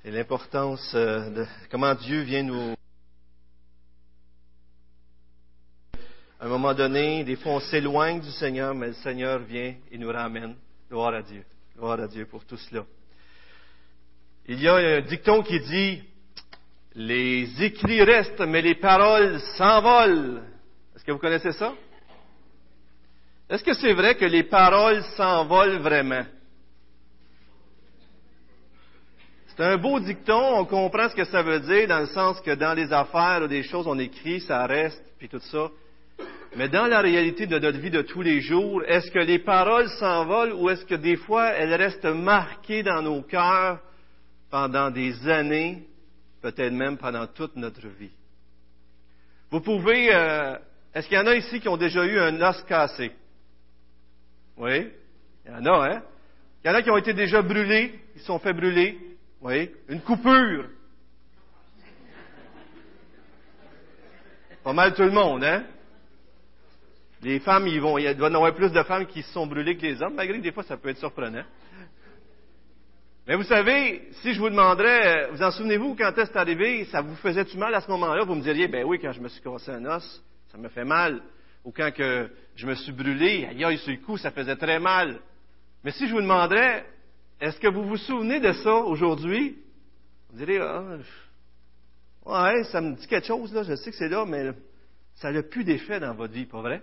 et l'importance de comment Dieu vient nous... À un moment donné, des fois on s'éloigne du Seigneur, mais le Seigneur vient et nous ramène. Gloire à Dieu. Gloire à Dieu pour tout cela. Il y a un dicton qui dit « Les écrits restent, mais les paroles s'envolent ». Est-ce que vous connaissez ça? Est-ce que c'est vrai que les paroles s'envolent vraiment? C'est un beau dicton, on comprend ce que ça veut dire, dans le sens que dans les affaires ou des choses, on écrit, ça reste, puis tout ça. Mais dans la réalité de notre vie de tous les jours, est-ce que les paroles s'envolent ou est-ce que des fois, elles restent marquées dans nos cœurs pendant des années, peut-être même pendant toute notre vie? Vous pouvez... est-ce qu'il y en a ici qui ont déjà eu un os cassé? Oui? Il y en a, hein? Il y en a qui ont été déjà brûlés, ils se sont fait brûler. Oui? Une coupure. Pas mal tout le monde, hein? Les femmes, il doit y en avoir plus de femmes qui se sont brûlées que les hommes, malgré que des fois, ça peut être surprenant. Mais vous savez, si je vous demanderais, vous en souvenez-vous, quand est-ce que c'est arrivé, ça vous faisait-tu mal à ce moment-là? Vous me diriez, ben oui, quand je me suis cassé un os, ça me fait mal. Ou quand que je me suis brûlé, aïe, sur le coup, ça faisait très mal. Mais si je vous demanderais, est-ce que vous vous souvenez de ça aujourd'hui? Vous direz, ouais, ça me dit quelque chose, là, je sais que c'est là, mais ça n'a plus d'effet dans votre vie, pas vrai?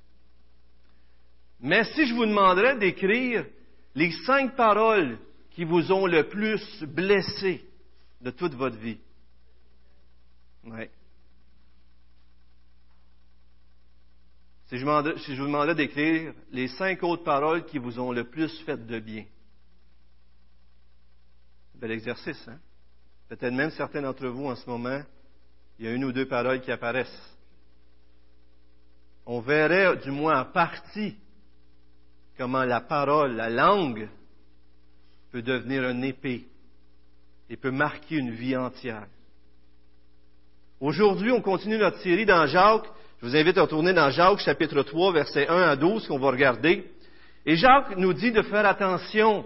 Mais si je vous demanderais d'écrire les 5 paroles qui vous ont le plus blessé de toute votre vie. Oui. Si je vous demandais d'écrire les 5 autres paroles qui vous ont le plus fait de bien. Bel exercice, hein? Peut-être même certains d'entre vous en ce moment, il y a 1 ou 2 paroles qui apparaissent. On verrait, du moins en partie, comment la parole, la langue, peut devenir une épée et peut marquer une vie entière. Aujourd'hui, on continue notre série dans Jacques. Je vous invite à retourner dans Jacques, chapitre 3, versets 1 à 12, qu'on va regarder. Et Jacques nous dit de faire attention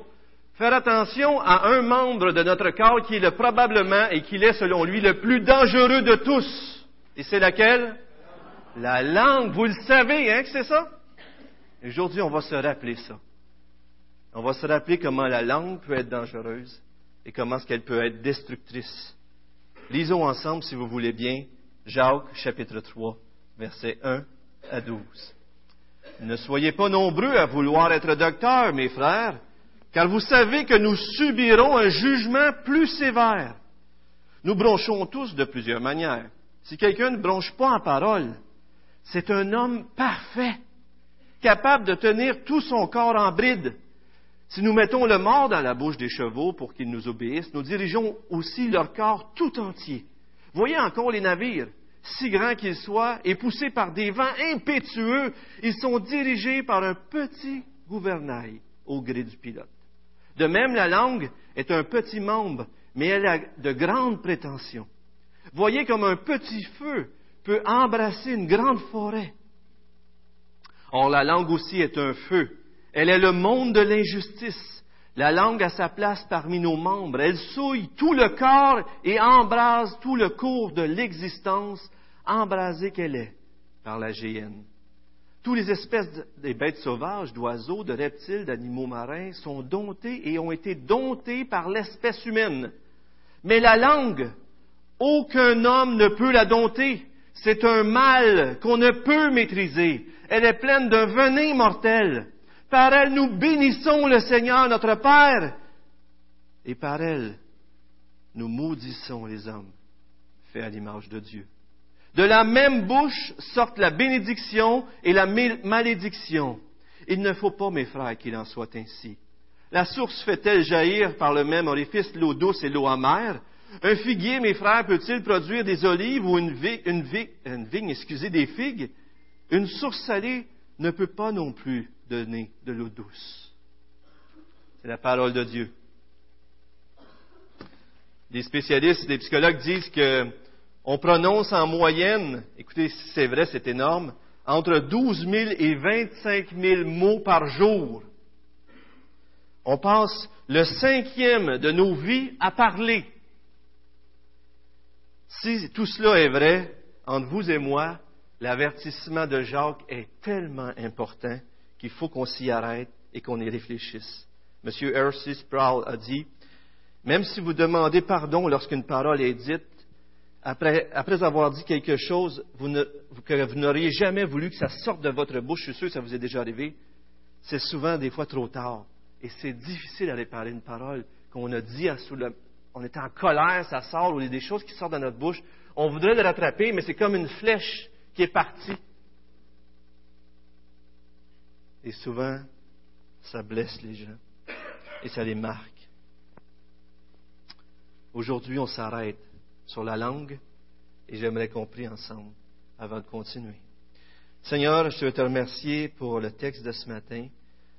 à un membre de notre corps qui est probablement et qui est, selon lui, le plus dangereux de tous. Et c'est laquelle? La langue. Vous le savez, hein, que c'est ça? Aujourd'hui, on va se rappeler ça. On va se rappeler comment la langue peut être dangereuse et comment est-ce qu'elle peut être destructrice. Lisons ensemble, si vous voulez bien, Jacques, chapitre 3, versets 1 à 12. Ne soyez pas nombreux à vouloir être docteurs, mes frères, car vous savez que nous subirons un jugement plus sévère. Nous bronchons tous de plusieurs manières. Si quelqu'un ne bronche pas en parole, c'est un homme parfait, capable de tenir tout son corps en bride. Si nous mettons le mort dans la bouche des chevaux pour qu'ils nous obéissent, nous dirigeons aussi leur corps tout entier. Voyez encore les navires, si grands qu'ils soient, et poussés par des vents impétueux, ils sont dirigés par un petit gouvernail au gré du pilote. De même, la langue est un petit membre, mais elle a de grandes prétentions. Voyez comme un petit feu peut embrasser une grande forêt. Or, la langue aussi est un feu. Elle est le monde de l'injustice. La langue a sa place parmi nos membres. Elle souille tout le corps et embrase tout le cours de l'existence, embrasée qu'elle est par la géhenne. Toutes les espèces des bêtes sauvages, d'oiseaux, de reptiles, d'animaux marins sont domptés et ont été domptés par l'espèce humaine. Mais la langue, aucun homme ne peut la dompter. C'est un mal qu'on ne peut maîtriser. Elle est pleine d'un venin mortel. Par elle, nous bénissons le Seigneur, notre Père. Et par elle, nous maudissons les hommes, faits à l'image de Dieu. De la même bouche sortent la bénédiction et la malédiction. Il ne faut pas, mes frères, qu'il en soit ainsi. La source fait-elle jaillir par le même orifice l'eau douce et l'eau amère? Un figuier, mes frères, peut-il produire des olives ou une vigne, des figues? Une source salée ne peut pas non plus donner de l'eau douce. C'est la parole de Dieu. Des spécialistes, des psychologues disent que on prononce en moyenne, écoutez, si c'est vrai, c'est énorme, entre 12 000 et 25 000 mots par jour. On passe le 5e de nos vies à parler. Si tout cela est vrai, entre vous et moi, l'avertissement de Jacques est tellement important qu'il faut qu'on s'y arrête et qu'on y réfléchisse. M. R.C. Sproul a dit, « Même si vous demandez pardon lorsqu'une parole est dite, après avoir dit quelque chose que vous n'auriez jamais voulu que ça sorte de votre bouche, je suis sûr que ça vous est déjà arrivé, c'est souvent des fois trop tard. Et c'est difficile d'aller parler une parole qu'on a dit, on est en colère, ça sort, ou il y a des choses qui sortent de notre bouche. On voudrait le rattraper, mais c'est comme une flèche qui est partie. Et souvent, ça blesse les gens et ça les marque. Aujourd'hui, on s'arrête sur la langue et j'aimerais qu'on prie ensemble avant de continuer. Seigneur, je veux te remercier pour le texte de ce matin.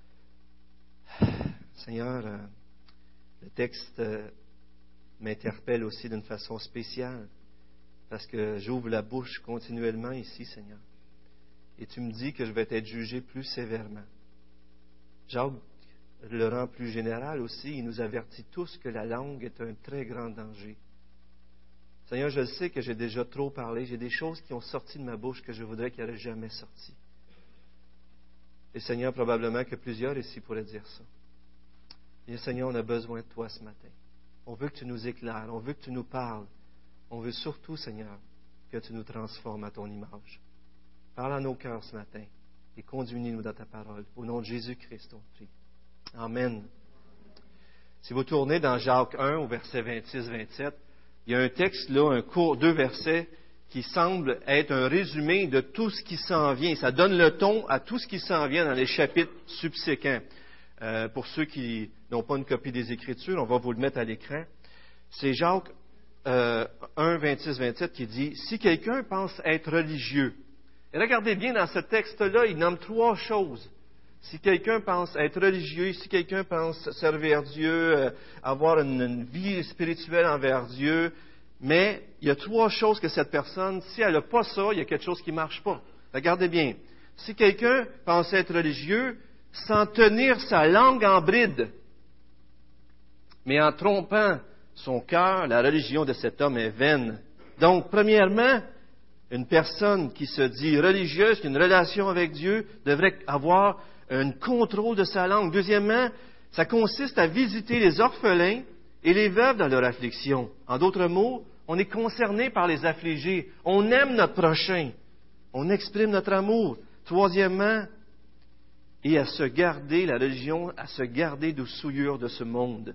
Seigneur, le texte m'interpelle aussi d'une façon spéciale parce que j'ouvre la bouche continuellement ici, Seigneur. Et tu me dis que je vais être jugé plus sévèrement. Jacques le rend plus général aussi. Il nous avertit tous que la langue est un très grand danger. Seigneur, je sais que j'ai déjà trop parlé. J'ai des choses qui ont sorti de ma bouche que je voudrais qu'elles n'auraient jamais sorti. Et Seigneur, probablement que plusieurs ici pourraient dire ça. Et Seigneur, on a besoin de toi ce matin. On veut que tu nous éclaires. On veut que tu nous parles. On veut surtout, Seigneur, que tu nous transformes à ton image. Parle à nos cœurs ce matin et conduis-nous dans ta parole. Au nom de Jésus-Christ, on prie. Amen. Si vous tournez dans Jacques 1, au verset 26-27, il y a un texte là, deux versets, qui semble être un résumé de tout ce qui s'en vient. Ça donne le ton à tout ce qui s'en vient dans les chapitres subséquents. Pour ceux qui n'ont pas une copie des Écritures, on va vous le mettre à l'écran. C'est Jacques 1, 26-27 qui dit « Si quelqu'un pense être religieux », et regardez bien dans ce texte-là, il nomme trois choses. Si quelqu'un pense être religieux, si quelqu'un pense servir Dieu, avoir une vie spirituelle envers Dieu, mais il y a trois choses que cette personne, si elle n'a pas ça, il y a quelque chose qui ne marche pas. Regardez bien. Si quelqu'un pense être religieux, sans tenir sa langue en bride, mais en trompant son cœur, la religion de cet homme est vaine. Donc, premièrement, une personne qui se dit religieuse, qui a une relation avec Dieu, devrait avoir un contrôle de sa langue. Deuxièmement, ça consiste à visiter les orphelins et les veuves dans leur affliction. En d'autres mots, on est concerné par les affligés. On aime notre prochain. On exprime notre amour. Troisièmement, et à se garder, la religion, à se garder de souillures de ce monde.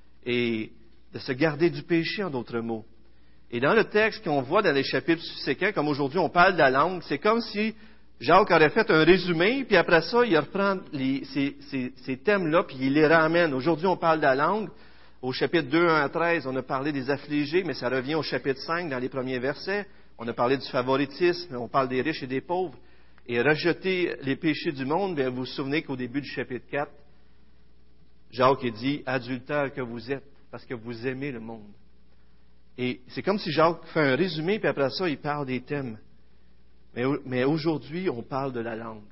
Et de se garder du péché, en d'autres mots. Et dans le texte qu'on voit dans les chapitres subséquents, comme aujourd'hui on parle de la langue, c'est comme si Jacques aurait fait un résumé, puis après ça, il reprend ces thèmes-là, puis il les ramène. Aujourd'hui, on parle de la langue. Au chapitre 2, 1 à 13, on a parlé des affligés, mais ça revient au chapitre 5, dans les premiers versets. On a parlé du favoritisme, on parle des riches et des pauvres. Et rejeter les péchés du monde, bien, vous vous souvenez qu'au début du chapitre 4, Jacques dit « Adultère que vous êtes, parce que vous aimez le monde ». Et c'est comme si Jacques fait un résumé, puis après ça, il parle des thèmes. Mais aujourd'hui, on parle de la langue.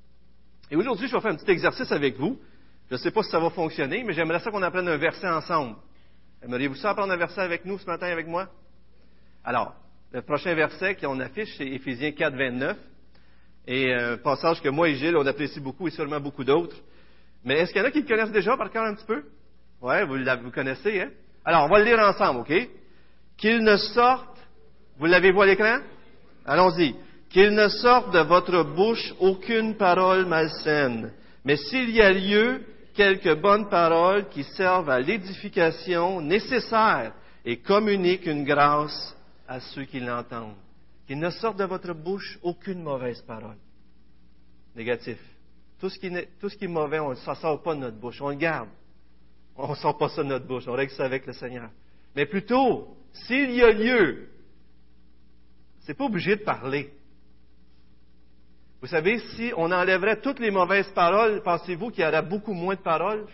Et aujourd'hui, je vais faire un petit exercice avec vous. Je ne sais pas si ça va fonctionner, mais j'aimerais ça qu'on apprenne un verset ensemble. Aimeriez-vous ça apprendre un verset avec nous ce matin, avec moi? Alors, le prochain verset qu'on affiche, c'est Éphésiens 4, 29. Et un passage que moi et Gilles, on apprécie beaucoup et sûrement beaucoup d'autres. Mais est-ce qu'il y en a qui le connaissent déjà par cœur un petit peu? Oui, vous connaissez, hein? Alors, on va le lire ensemble, OK? Qu'il ne sorte, vous l'avez-vous à l'écran? Allons-y. Qu'il ne sorte de votre bouche aucune parole malsaine, mais s'il y a lieu, quelques bonnes paroles qui servent à l'édification nécessaire et communiquent une grâce à ceux qui l'entendent. Qu'il ne sorte de votre bouche aucune mauvaise parole. Négatif. Tout ce qui est mauvais, ça ne sort pas de notre bouche. On le garde. On ne sort pas ça de notre bouche. On règle ça avec le Seigneur. Mais plutôt, s'il y a lieu, c'est pas obligé de parler. Vous savez, si on enlèverait toutes les mauvaises paroles, pensez-vous qu'il y aurait beaucoup moins de paroles?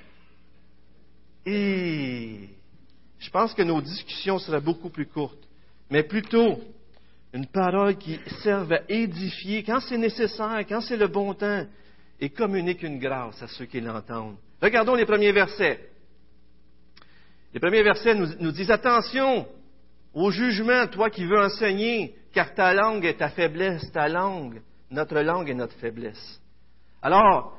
Et je pense que nos discussions seraient beaucoup plus courtes. Mais plutôt, une parole qui serve à édifier quand c'est nécessaire, quand c'est le bon temps, et communique une grâce à ceux qui l'entendent. Regardons les premiers versets. Les premiers versets nous disent « Attention, Au jugement, toi qui veux enseigner, car ta langue est ta faiblesse, ta langue, notre langue est notre faiblesse. Alors,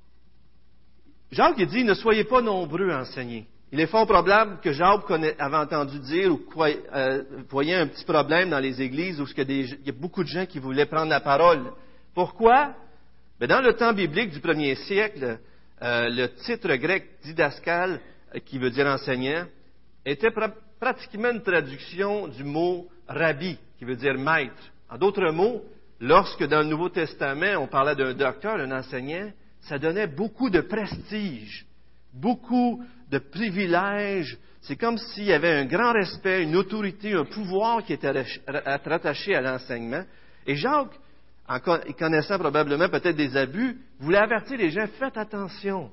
Jacques il dit, ne soyez pas nombreux à enseigner. Il est fort probable que Jacques avait entendu dire ou voyait un petit problème dans les églises où il y a beaucoup de gens qui voulaient prendre la parole. Pourquoi? Mais dans le temps biblique du 1er siècle, le titre grec didascale, qui veut dire enseignant, était pratiquement une traduction du mot rabbi, qui veut dire maître. En d'autres mots, lorsque dans le Nouveau Testament, on parlait d'un docteur, d'un enseignant, ça donnait beaucoup de prestige, beaucoup de privilèges. C'est comme s'il y avait un grand respect, une autorité, un pouvoir qui était rattaché à l'enseignement. Et Jacques, en connaissant probablement peut-être des abus, voulait avertir les gens, faites attention.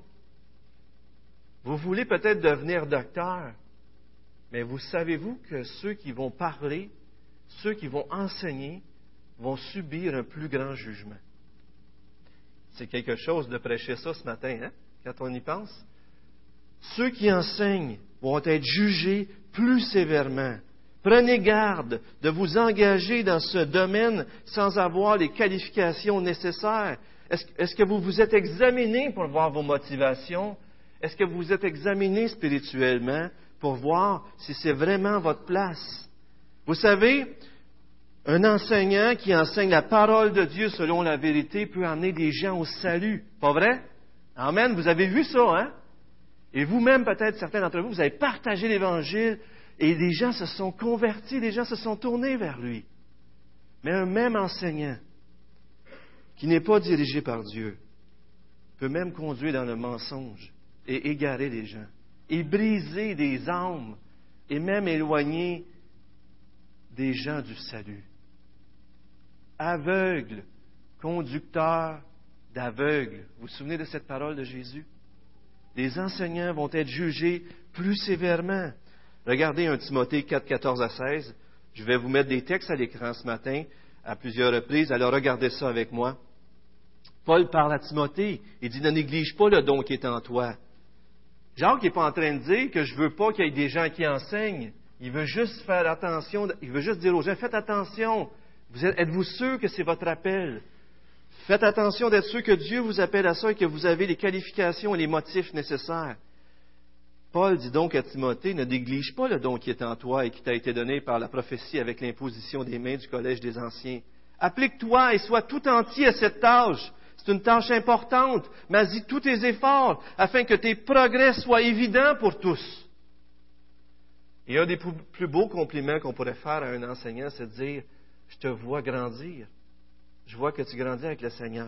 Vous voulez peut-être devenir docteur, mais vous savez-vous que ceux qui vont parler, ceux qui vont enseigner, vont subir un plus grand jugement. C'est quelque chose de prêcher ça ce matin, hein, quand on y pense. Ceux qui enseignent vont être jugés plus sévèrement. Prenez garde de vous engager dans ce domaine sans avoir les qualifications nécessaires. Est-ce que vous vous êtes examiné pour voir vos motivations? Est-ce que vous vous êtes examiné spirituellement pour voir si c'est vraiment votre place? Vous savez, un enseignant qui enseigne la parole de Dieu selon la vérité peut amener des gens au salut. Pas vrai? Amen. Vous avez vu ça, hein? Et vous-même, peut-être, certains d'entre vous, vous avez partagé l'Évangile et les gens se sont convertis, les gens se sont tournés vers lui. Mais un même enseignant qui n'est pas dirigé par Dieu peut même conduire dans le mensonge et égarer les gens et briser des âmes et même éloigner des gens du salut. Aveugle, conducteur d'aveugles. Vous vous souvenez de cette parole de Jésus? Les enseignants vont être jugés plus sévèrement. Regardez 1 Timothée 4, 14 à 16. Je vais vous mettre des textes à l'écran ce matin à plusieurs reprises. Alors regardez ça avec moi. Paul parle à Timothée. Il dit, ne néglige pas le don qui est en toi. Jacques n'est pas en train de dire que je ne veux pas qu'il y ait des gens qui enseignent. Il veut juste faire attention. Il veut juste dire aux gens, faites attention. Êtes-vous sûr que c'est votre appel? Faites attention d'être sûr que Dieu vous appelle à ça et que vous avez les qualifications et les motifs nécessaires. Paul dit donc à Timothée, ne néglige pas le don qui est en toi et qui t'a été donné par la prophétie avec l'imposition des mains du collège des anciens. Applique-toi et sois tout entier à cette tâche. C'est une tâche importante, mais dis tous tes efforts afin que tes progrès soient évidents pour tous. Et un des plus beaux compliments qu'on pourrait faire à un enseignant, c'est de dire, je te vois grandir. Je vois que tu grandis avec le Seigneur.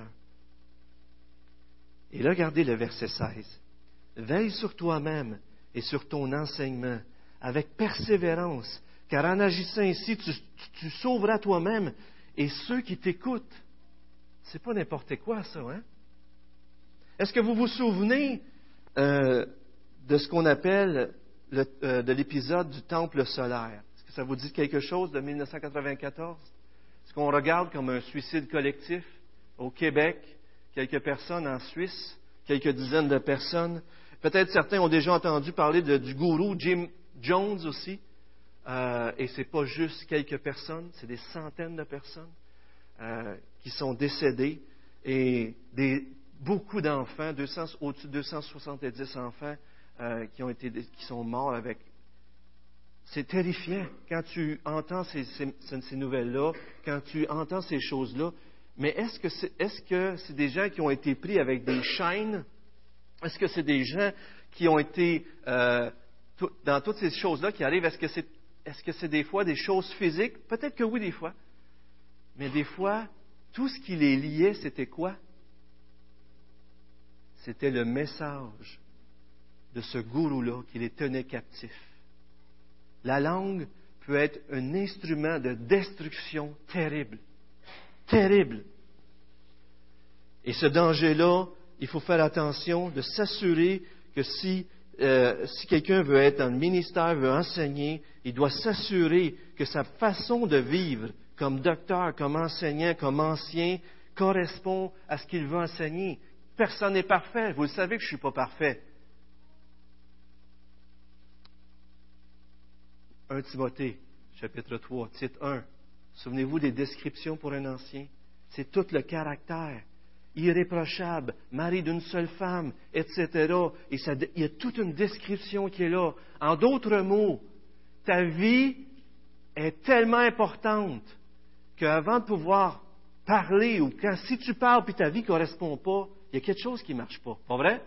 Et là, regardez le verset 16. Veille sur toi-même et sur ton enseignement avec persévérance, car en agissant ainsi, tu sauveras toi-même et ceux qui t'écoutent. C'est pas n'importe quoi, ça, hein? Est-ce que vous vous souvenez de ce qu'on appelle de l'épisode du Temple solaire? Est-ce que ça vous dit quelque chose de 1994? Ce qu'on regarde comme un suicide collectif au Québec, quelques personnes en Suisse, quelques dizaines de personnes. Peut-être certains ont déjà entendu parler du gourou Jim Jones aussi. Et ce n'est pas juste quelques personnes, c'est des centaines de personnes qui sont décédées et beaucoup d'enfants, au-dessus de 270 enfants qui sont morts avec. C'est terrifiant quand tu entends ces nouvelles-là, quand tu entends ces choses-là. Mais est-ce que c'est des gens qui ont été pris avec des chaînes? Est-ce que c'est des gens qui ont été dans toutes ces choses-là qui arrivent? Est-ce que c'est des fois des choses physiques? Peut-être que oui, des fois. Mais des fois, tout ce qui les liait, c'était quoi? C'était le message de ce gourou-là qui les tenait captifs. La langue peut être un instrument de destruction terrible. Terrible. Et ce danger-là, il faut faire attention de s'assurer que si quelqu'un veut être dans le ministère, veut enseigner, il doit s'assurer que sa façon de vivre comme docteur, comme enseignant, comme ancien, correspond à ce qu'il veut enseigner. Personne n'est parfait. Vous le savez que je ne suis pas parfait. 1 Timothée, chapitre 3, titre 1. Souvenez-vous des descriptions pour un ancien. C'est tout le caractère. Irréprochable, mari d'une seule femme, etc. Et il y a toute une description qui est là. En d'autres mots, ta vie est tellement importante qu'avant de pouvoir parler, ou si tu parles puis ta vie ne correspond pas, il y a quelque chose qui ne marche pas. Pas vrai?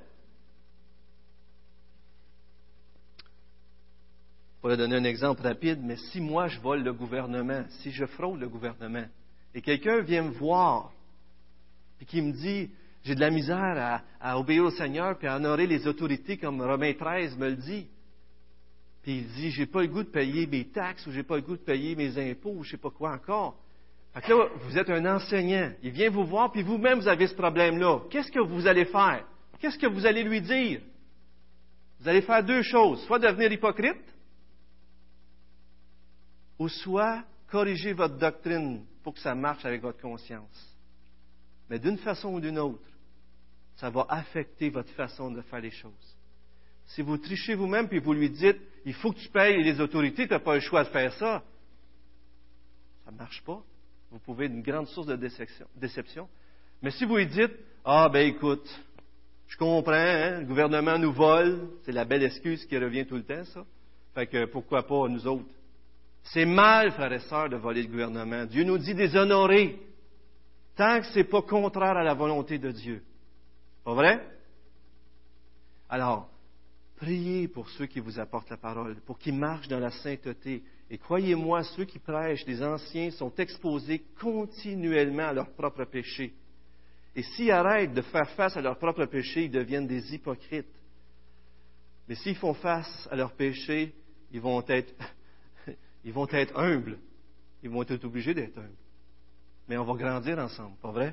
Je pourrais donner un exemple rapide, mais si moi je vole le gouvernement, si je fraude le gouvernement, et quelqu'un vient me voir, puis qui me dit, j'ai de la misère à obéir au Seigneur, puis à honorer les autorités comme Romains 13 me le dit, puis il dit, j'ai pas le goût de payer mes taxes, ou j'ai pas le goût de payer mes impôts, ou je sais pas quoi encore. Fait que là, vous êtes un enseignant, il vient vous voir, puis vous-même vous avez ce problème-là. Qu'est-ce que vous allez faire? Qu'est-ce que vous allez lui dire? Vous allez faire deux choses, soit devenir hypocrite, ou soit corriger votre doctrine pour que ça marche avec votre conscience. Mais d'une façon ou d'une autre, ça va affecter votre façon de faire les choses. Si vous trichez vous-même puis vous lui dites, il faut que tu payes les autorités, tu n'as pas le choix de faire ça, ça ne marche pas. Vous pouvez être une grande source de déception. Mais si vous lui dites, écoute, je comprends, hein, le gouvernement nous vole, c'est la belle excuse qui revient tout le temps, ça. Fait que pourquoi pas nous autres? C'est mal, frères et sœurs, de voler le gouvernement. Dieu nous dit déshonorer, tant que ce n'est pas contraire à la volonté de Dieu. Pas vrai? Alors, priez pour ceux qui vous apportent la parole, pour qu'ils marchent dans la sainteté. Et croyez-moi, ceux qui prêchent, les anciens, sont exposés continuellement à leurs propres péchés. Et s'ils arrêtent de faire face à leurs propres péchés, ils deviennent des hypocrites. Mais s'ils font face à leurs péchés, ils vont être humbles. Ils vont être obligés d'être humbles. Mais on va grandir ensemble, pas vrai?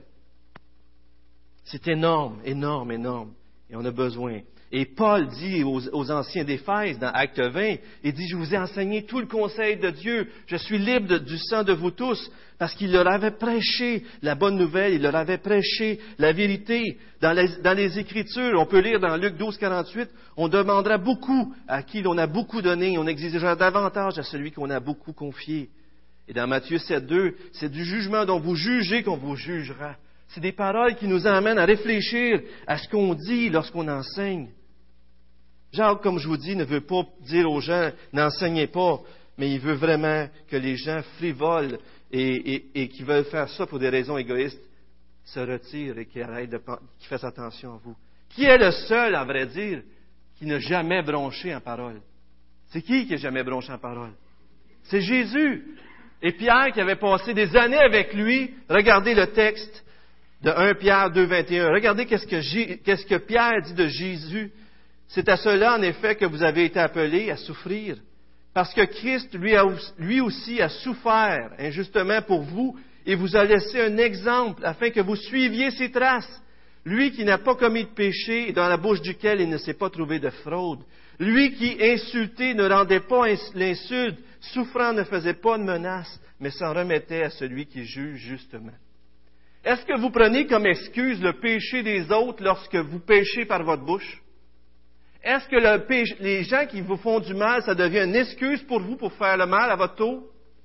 C'est énorme, énorme, énorme. Et on a besoin. Et Paul dit aux anciens d'Éphèse, dans Acte 20, il dit, je vous ai enseigné tout le conseil de Dieu. Je suis libre du sang de vous tous. Parce qu'il leur avait prêché la bonne nouvelle, il leur avait prêché la vérité. Dans les Écritures, on peut lire dans Luc 12, 48, on demandera beaucoup à qui l'on a beaucoup donné, on exigera davantage à celui qu'on a beaucoup confié. Et dans Matthieu 7, 2, c'est du jugement dont vous jugez qu'on vous jugera. C'est des paroles qui nous amènent à réfléchir à ce qu'on dit lorsqu'on enseigne. Jacques, comme je vous dis, ne veut pas dire aux gens, n'enseignez pas, mais il veut vraiment que les gens frivoles et qui veulent faire ça pour des raisons égoïstes se retirent et qu'ils fassent attention à vous. Qui est le seul, à vrai dire, qui n'a jamais bronché en parole? C'est qui n'a jamais bronché en parole? C'est Jésus. Et Pierre, qui avait passé des années avec lui, regardez le texte de 1 Pierre 2, 21. Regardez qu'est-ce que Pierre dit de Jésus. C'est à cela, en effet, que vous avez été appelés à souffrir. Parce que Christ, lui aussi, a souffert injustement pour vous et vous a laissé un exemple afin que vous suiviez ses traces. Lui qui n'a pas commis de péché et dans la bouche duquel il ne s'est pas trouvé de fraude. Lui qui, insulté, ne rendait pas l'insulte, souffrant ne faisait pas de menace, mais s'en remettait à celui qui juge justement. Est-ce que vous prenez comme excuse le péché des autres lorsque vous péchez par votre bouche? Est-ce que les gens qui vous font du mal, ça devient une excuse pour vous pour faire le mal à votre tour?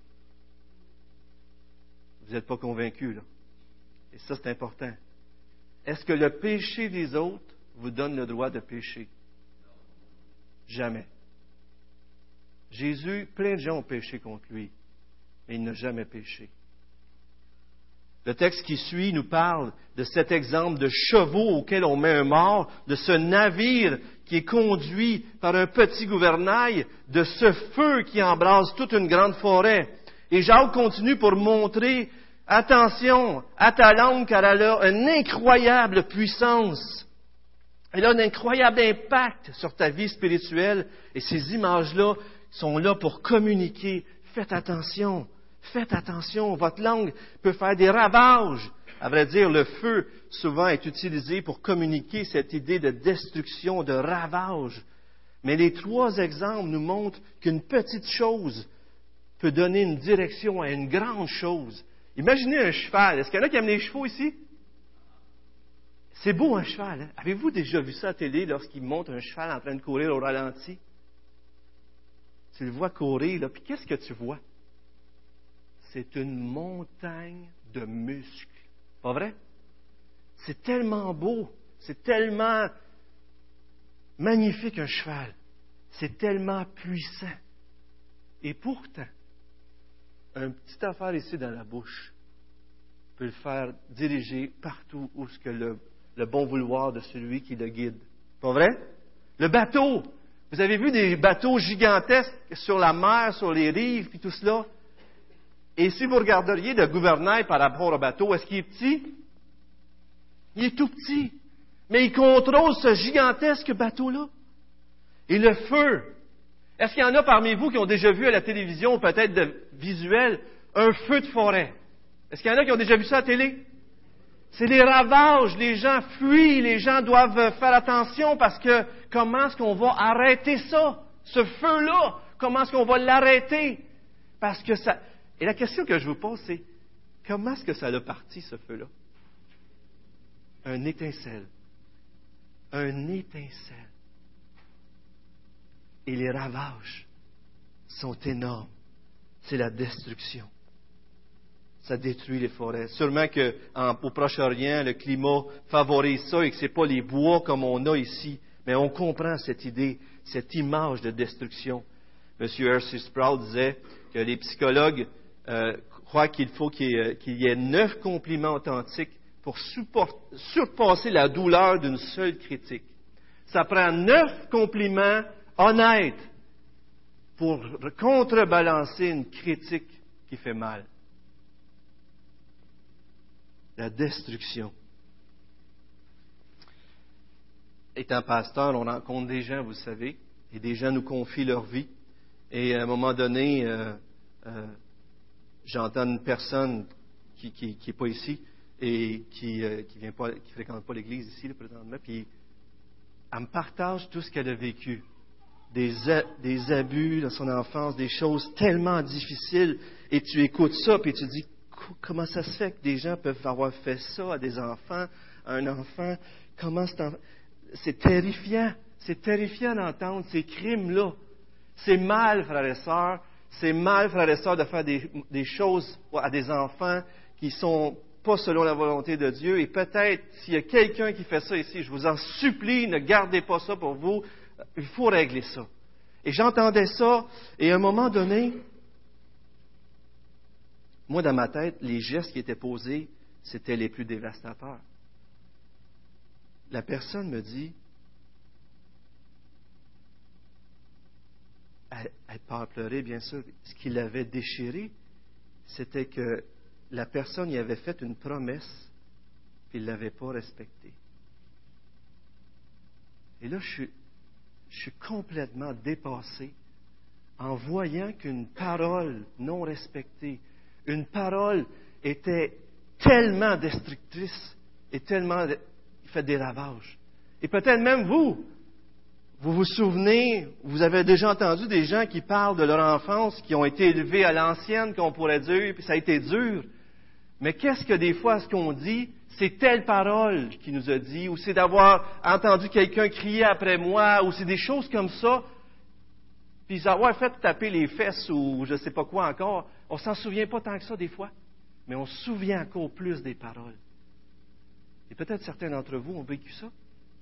Vous n'êtes pas convaincu, là. Et ça, c'est important. Est-ce que le péché des autres vous donne le droit de pécher? Jamais. Jésus, plein de gens ont péché contre lui, mais il n'a jamais péché. Le texte qui suit nous parle de cet exemple de chevaux auquel on met un mort, de ce navire qui est conduit par un petit gouvernail, de ce feu qui embrase toute une grande forêt. Et Jacques continue pour montrer, attention à ta langue car elle a une incroyable puissance. Elle a un incroyable impact sur ta vie spirituelle. Et ces images-là sont là pour communiquer. Faites attention. Faites attention, votre langue peut faire des ravages. À vrai dire, le feu, souvent, est utilisé pour communiquer cette idée de destruction, de ravage. Mais les trois exemples nous montrent qu'une petite chose peut donner une direction à une grande chose. Imaginez un cheval. Est-ce qu'il y en a qui aiment les chevaux ici? C'est beau un cheval. Hein? Avez-vous déjà vu ça à la télé lorsqu'il montre un cheval en train de courir au ralenti? Tu le vois courir, là, puis qu'est-ce que tu vois? c'est une montagne de muscles. Pas vrai? C'est tellement beau, c'est tellement magnifique un cheval, c'est tellement puissant. Et pourtant, une petite affaire ici dans la bouche peut le faire diriger partout où ce que le bon vouloir de celui qui le guide. Pas vrai? Le bateau. Vous avez vu des bateaux gigantesques sur la mer, sur les rives, puis tout cela? Et si vous regarderiez le gouvernail par rapport au bateau, est-ce qu'il est petit? Il est tout petit. Mais il contrôle ce gigantesque bateau-là. Et le feu. Est-ce qu'il y en a parmi vous qui ont déjà vu à la télévision, peut-être de visuel, un feu de forêt? Est-ce qu'il y en a qui ont déjà vu ça à la télé? C'est les ravages, les gens fuient, les gens doivent faire attention parce que comment est-ce qu'on va arrêter ça, ce feu-là? Comment est-ce qu'on va l'arrêter? Parce que ça... Et la question que je vous pose, c'est comment est-ce que ça a parti, ce feu-là? Un étincelle. Un étincelle. Et les ravages sont énormes. C'est la destruction. Ça détruit les forêts. Sûrement qu'au Proche-Orient, le climat favorise ça et que ce n'est pas les bois comme on a ici. Mais on comprend cette idée, cette image de destruction. M. R.C. Sproul disait que les psychologues croient qu'il faut qu'il y ait 9 compliments authentiques pour surpasser la douleur d'une seule critique. Ça prend 9 compliments honnêtes pour contrebalancer une critique qui fait mal. La destruction. Étant pasteur, on rencontre des gens, vous le savez, et des gens nous confient leur vie. Et à un moment donné, j'entends une personne qui n'est pas ici et qui fréquente pas l'Église ici, là, présentement, puis elle me partage tout ce qu'elle a vécu. Des abus dans son enfance, des choses tellement difficiles, et tu écoutes ça, puis tu dis, comment ça se fait que des gens peuvent avoir fait ça à des enfants, à un enfant? C'est terrifiant. C'est terrifiant d'entendre ces crimes-là. C'est mal, frères et sœurs. C'est mal, frères et sœurs, de faire des choses à des enfants qui sont pas selon la volonté de Dieu. Et peut-être, s'il y a quelqu'un qui fait ça ici, je vous en supplie, ne gardez pas ça pour vous. Il faut régler ça. Et j'entendais ça, et à un moment donné, moi, dans ma tête, les gestes qui étaient posés, c'était les plus dévastateurs. La personne me dit, elle part pleurer, bien sûr. Ce qui l'avait déchiré, c'était que la personne y avait fait une promesse, puis il ne l'avait pas respectée. Et là, je suis complètement dépassé en voyant qu'une parole non respectée, une parole était tellement destructrice et tellement fait des ravages. Et peut-être même vous vous souvenez, vous avez déjà entendu des gens qui parlent de leur enfance, qui ont été élevés à l'ancienne, qu'on pourrait dire, puis ça a été dur. Mais qu'est-ce que des fois, ce qu'on dit, c'est telle parole qui nous a dit, ou c'est d'avoir entendu quelqu'un crier après moi, ou c'est des choses comme ça, puis avoir fait taper les fesses ou je ne sais pas quoi encore. On ne s'en souvient pas tant que ça des fois, mais on se souvient encore plus des paroles. Et peut-être certains d'entre vous ont vécu ça.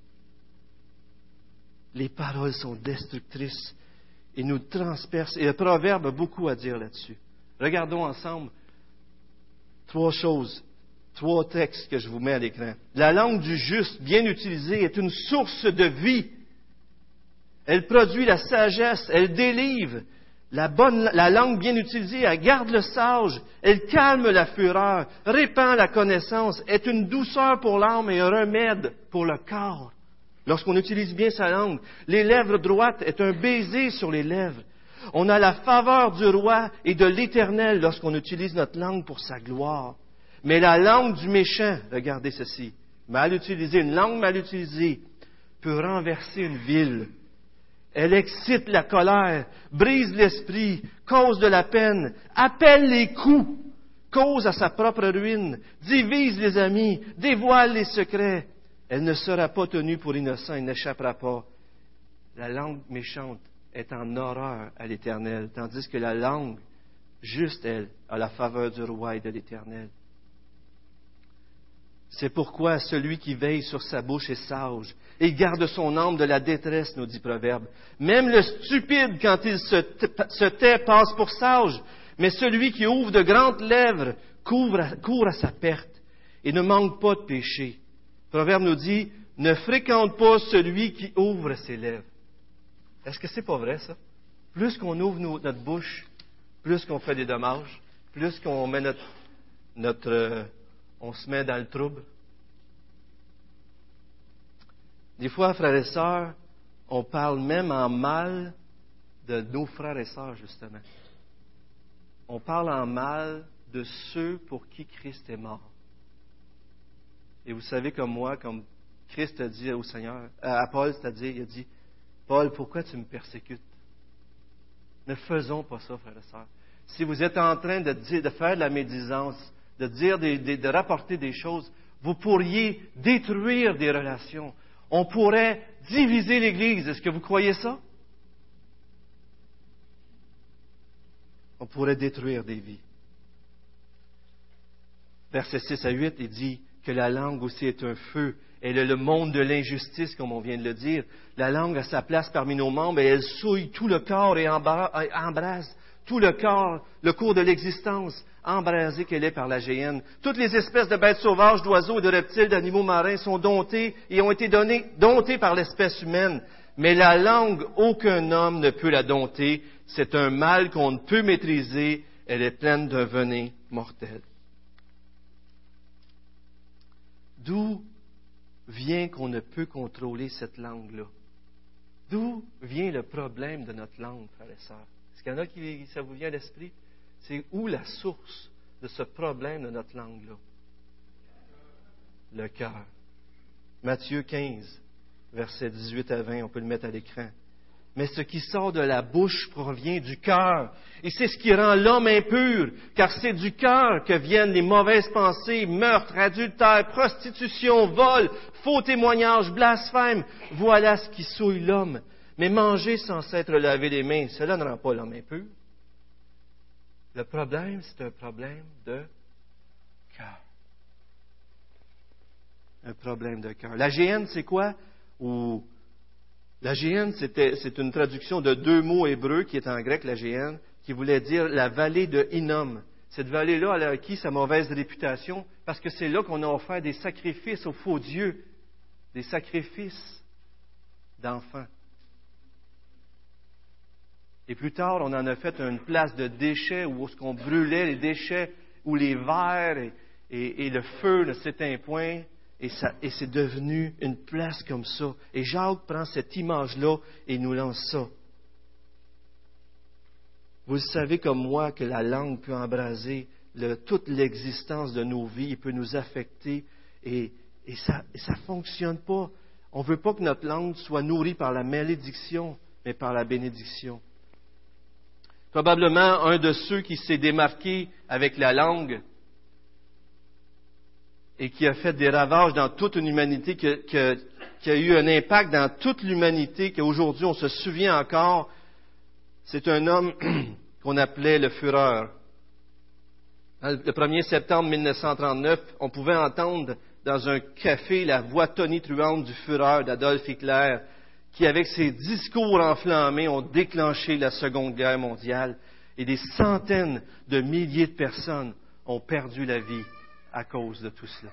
Les paroles sont destructrices et nous transpercent. Et le Proverbe a beaucoup à dire là-dessus. Regardons ensemble 3 choses, 3 textes que je vous mets à l'écran. La langue du juste, bien utilisée, est une source de vie. Elle produit la sagesse, elle délivre. La langue bien utilisée, elle garde le sage, elle calme la fureur, répand la connaissance, est une douceur pour l'âme et un remède pour le corps. Lorsqu'on utilise bien sa langue, les lèvres droites est un baiser sur les lèvres. On a la faveur du roi et de l'Éternel lorsqu'on utilise notre langue pour sa gloire. Mais la langue du méchant, regardez ceci, mal utilisée, une langue mal utilisée, peut renverser une ville. Elle excite la colère, brise l'esprit, cause de la peine, appelle les coups, cause à sa propre ruine, divise les amis, dévoile les secrets. Elle ne sera pas tenue pour innocent et n'échappera pas. La langue méchante est en horreur à l'Éternel, tandis que la langue juste elle, à la faveur du roi et de l'Éternel. C'est pourquoi celui qui veille sur sa bouche est sage, et garde son âme de la détresse, nous dit Proverbe. Même le stupide, quand il se tait, passe pour sage, mais celui qui ouvre de grandes lèvres court à sa perte, et ne manque pas de péché. Proverbe nous dit, ne fréquente pas celui qui ouvre ses lèvres. Est-ce que c'est pas vrai, ça? Plus qu'on ouvre notre bouche, plus qu'on fait des dommages, plus qu'on met on se met dans le trouble. Des fois, frères et sœurs, on parle même en mal de nos frères et sœurs, justement. On parle en mal de ceux pour qui Christ est mort. Et vous savez comme moi, comme Christ a dit au Seigneur, à Paul, c'est-à-dire, il a dit, Paul, pourquoi tu me persécutes? Ne faisons pas ça, frères et sœurs. Si vous êtes en train de faire de la médisance, de rapporter des choses, vous pourriez détruire des relations. On pourrait diviser l'Église. Est-ce que vous croyez ça? On pourrait détruire des vies. Versets 6 à 8, il dit que la langue aussi est un feu. Elle est le monde de l'injustice, comme on vient de le dire. La langue a sa place parmi nos membres et elle souille tout le corps et embrase tout le corps, le cours de l'existence, embrasée qu'elle est par la géhenne. Toutes les espèces de bêtes sauvages, d'oiseaux et de reptiles, d'animaux marins sont domptées et ont été domptées par l'espèce humaine. Mais la langue, aucun homme ne peut la dompter. C'est un mal qu'on ne peut maîtriser. Elle est pleine d'un venin mortel. D'où vient qu'on ne peut contrôler cette langue-là? D'où vient le problème de notre langue, frères et sœurs? Est-ce qu'il y en a qui ça vous vient à l'esprit? C'est où la source de ce problème de notre langue-là? Le cœur. Matthieu 15, versets 18 à 20, on peut le mettre à l'écran. Mais ce qui sort de la bouche provient du cœur. Et c'est ce qui rend l'homme impur, car c'est du cœur que viennent les mauvaises pensées, meurtres, adultère, prostitution, vol, faux témoignages, blasphème. Voilà ce qui souille l'homme. Mais manger sans s'être lavé les mains, cela ne rend pas l'homme impur. Le problème, c'est un problème de cœur. Un problème de cœur. La géhenne, c'est quoi? La géhenne, c'est une traduction de deux mots hébreux qui est en grec, la géhenne, qui voulait dire la vallée de Hinnom. Cette vallée-là, elle a acquis sa mauvaise réputation parce que c'est là qu'on a offert des sacrifices aux faux dieux, des sacrifices d'enfants. Et plus tard, on en a fait une place de déchets où on brûlait les déchets, où les vers et le feu ne s'éteint point. Et c'est devenu une place comme ça. Et Jacques prend cette image-là et nous lance ça. Vous le savez comme moi que la langue peut embraser toute l'existence de nos vies, il peut nous affecter et ça ne fonctionne pas. On ne veut pas que notre langue soit nourrie par la malédiction, mais par la bénédiction. Probablement un de ceux qui s'est démarqué avec la langue et qui a fait des ravages dans toute une humanité, qui a eu un impact dans toute l'humanité, qu'aujourd'hui on se souvient encore, c'est un homme qu'on appelait le Führer. Le 1er septembre 1939, on pouvait entendre dans un café la voix tonitruante du Führer d'Adolf Hitler, qui, avec ses discours enflammés, ont déclenché la Seconde Guerre mondiale. Et des centaines de milliers de personnes ont perdu la vie à cause de tout cela.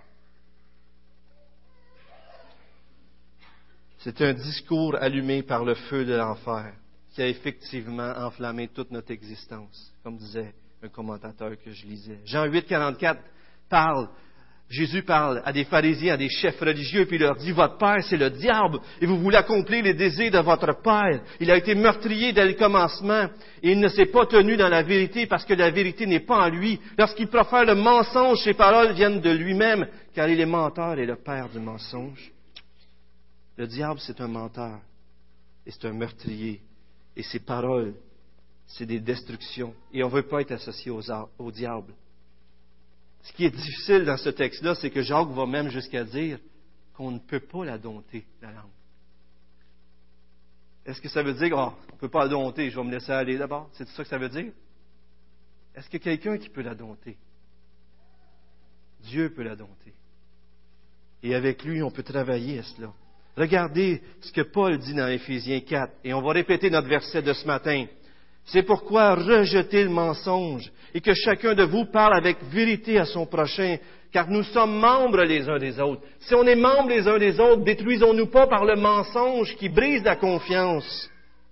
C'est un discours allumé par le feu de l'enfer qui a effectivement enflammé toute notre existence, comme disait un commentateur que je lisais. Jean 8, 44 Jésus parle à des pharisiens, à des chefs religieux, puis il leur dit, votre père, c'est le diable, et vous voulez accomplir les désirs de votre père. Il a été meurtrier dès le commencement, et il ne s'est pas tenu dans la vérité, parce que la vérité n'est pas en lui. Lorsqu'il profère le mensonge, ses paroles viennent de lui-même, car il est menteur et le père du mensonge. Le diable, c'est un menteur, et c'est un meurtrier, et ses paroles, c'est des destructions, et on ne veut pas être associé au diable. Ce qui est difficile dans ce texte-là, c'est que Jacques va même jusqu'à dire qu'on ne peut pas la dompter, la langue. Est-ce que ça veut dire, on ne peut pas la dompter, je vais me laisser aller d'abord? C'est ça que ça veut dire? Est-ce qu'il y a quelqu'un qui peut la dompter? Dieu peut la dompter. Et avec lui, on peut travailler à cela. Regardez ce que Paul dit dans Éphésiens 4, et on va répéter notre verset de ce matin. C'est pourquoi rejetez le mensonge et que chacun de vous parle avec vérité à son prochain, car nous sommes membres les uns des autres. Si on est membres les uns des autres, détruisons-nous pas par le mensonge qui brise la confiance.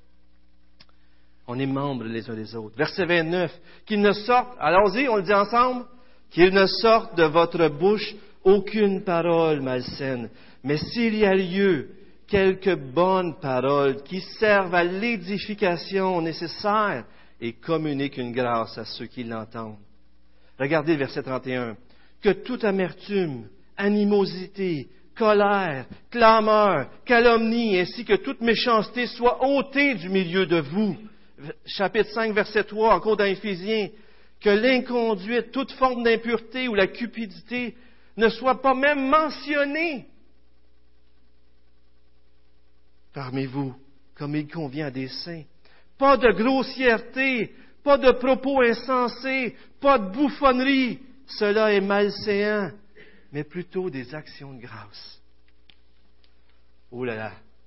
On est membres les uns des autres. Verset 29. Qu'il ne sorte, allons-y, on le dit ensemble, qu'il ne sorte de votre bouche aucune parole malsaine, mais s'il y a lieu, quelques bonnes paroles qui servent à l'édification nécessaire et communiquent une grâce à ceux qui l'entendent. Regardez le verset 31. Que toute amertume, animosité, colère, clameur, calomnie, ainsi que toute méchanceté soit ôtée du milieu de vous. Chapitre 5, verset 3, encore dans Éphésiens. Que l'inconduite, toute forme d'impureté ou la cupidité ne soit pas même mentionnée parmi vous, comme il convient à des saints. Pas de grossièreté, pas de propos insensés, pas de bouffonnerie. Cela est malséant, mais plutôt des actions de grâce. Oh là là!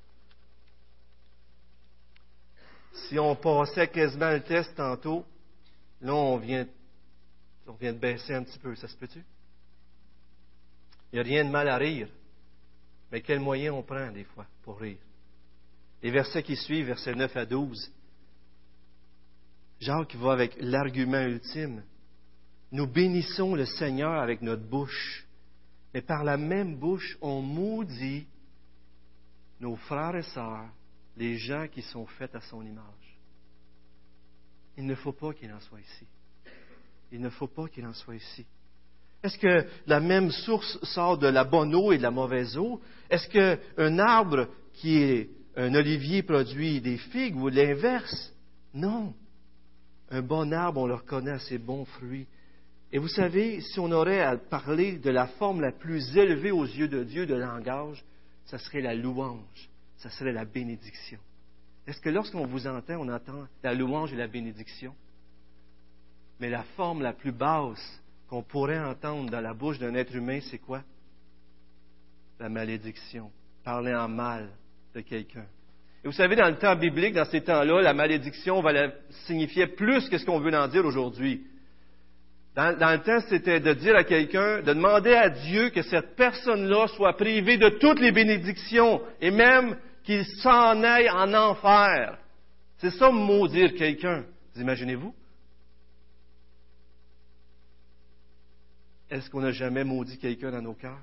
Si on passait quasiment le test tantôt, là, on vient de baisser un petit peu. Ça se peut-tu? Il n'y a rien de mal à rire. Mais quel moyen on prend des fois pour rire? Les versets qui suivent, versets 9 à 12, Jacques va avec l'argument ultime. Nous bénissons le Seigneur avec notre bouche, mais par la même bouche, on maudit nos frères et sœurs, les gens qui sont faits à son image. Il ne faut pas qu'il en soit ici. Il ne faut pas qu'il en soit ici. Est-ce que la même source sort de la bonne eau et de la mauvaise eau? Est-ce qu'un arbre qui est un olivier produit des figues ou l'inverse? Non. Un bon arbre, on le reconnaît à ses bons fruits. Et vous savez, si on aurait à parler de la forme la plus élevée aux yeux de Dieu de langage, ça serait la louange, ça serait la bénédiction. Est-ce que lorsqu'on vous entend, on entend la louange et la bénédiction? Mais la forme la plus basse qu'on pourrait entendre dans la bouche d'un être humain, c'est quoi? La malédiction, parler en mal de quelqu'un. Et vous savez, dans le temps biblique, dans ces temps-là, la malédiction signifiait plus que ce qu'on veut en dire aujourd'hui. Dans le temps, c'était de dire à quelqu'un, de demander à Dieu que cette personne-là soit privée de toutes les bénédictions et même qu'il s'en aille en enfer. C'est ça, maudire quelqu'un. Vous imaginez-vous? Est-ce qu'on n'a jamais maudit quelqu'un dans nos cœurs?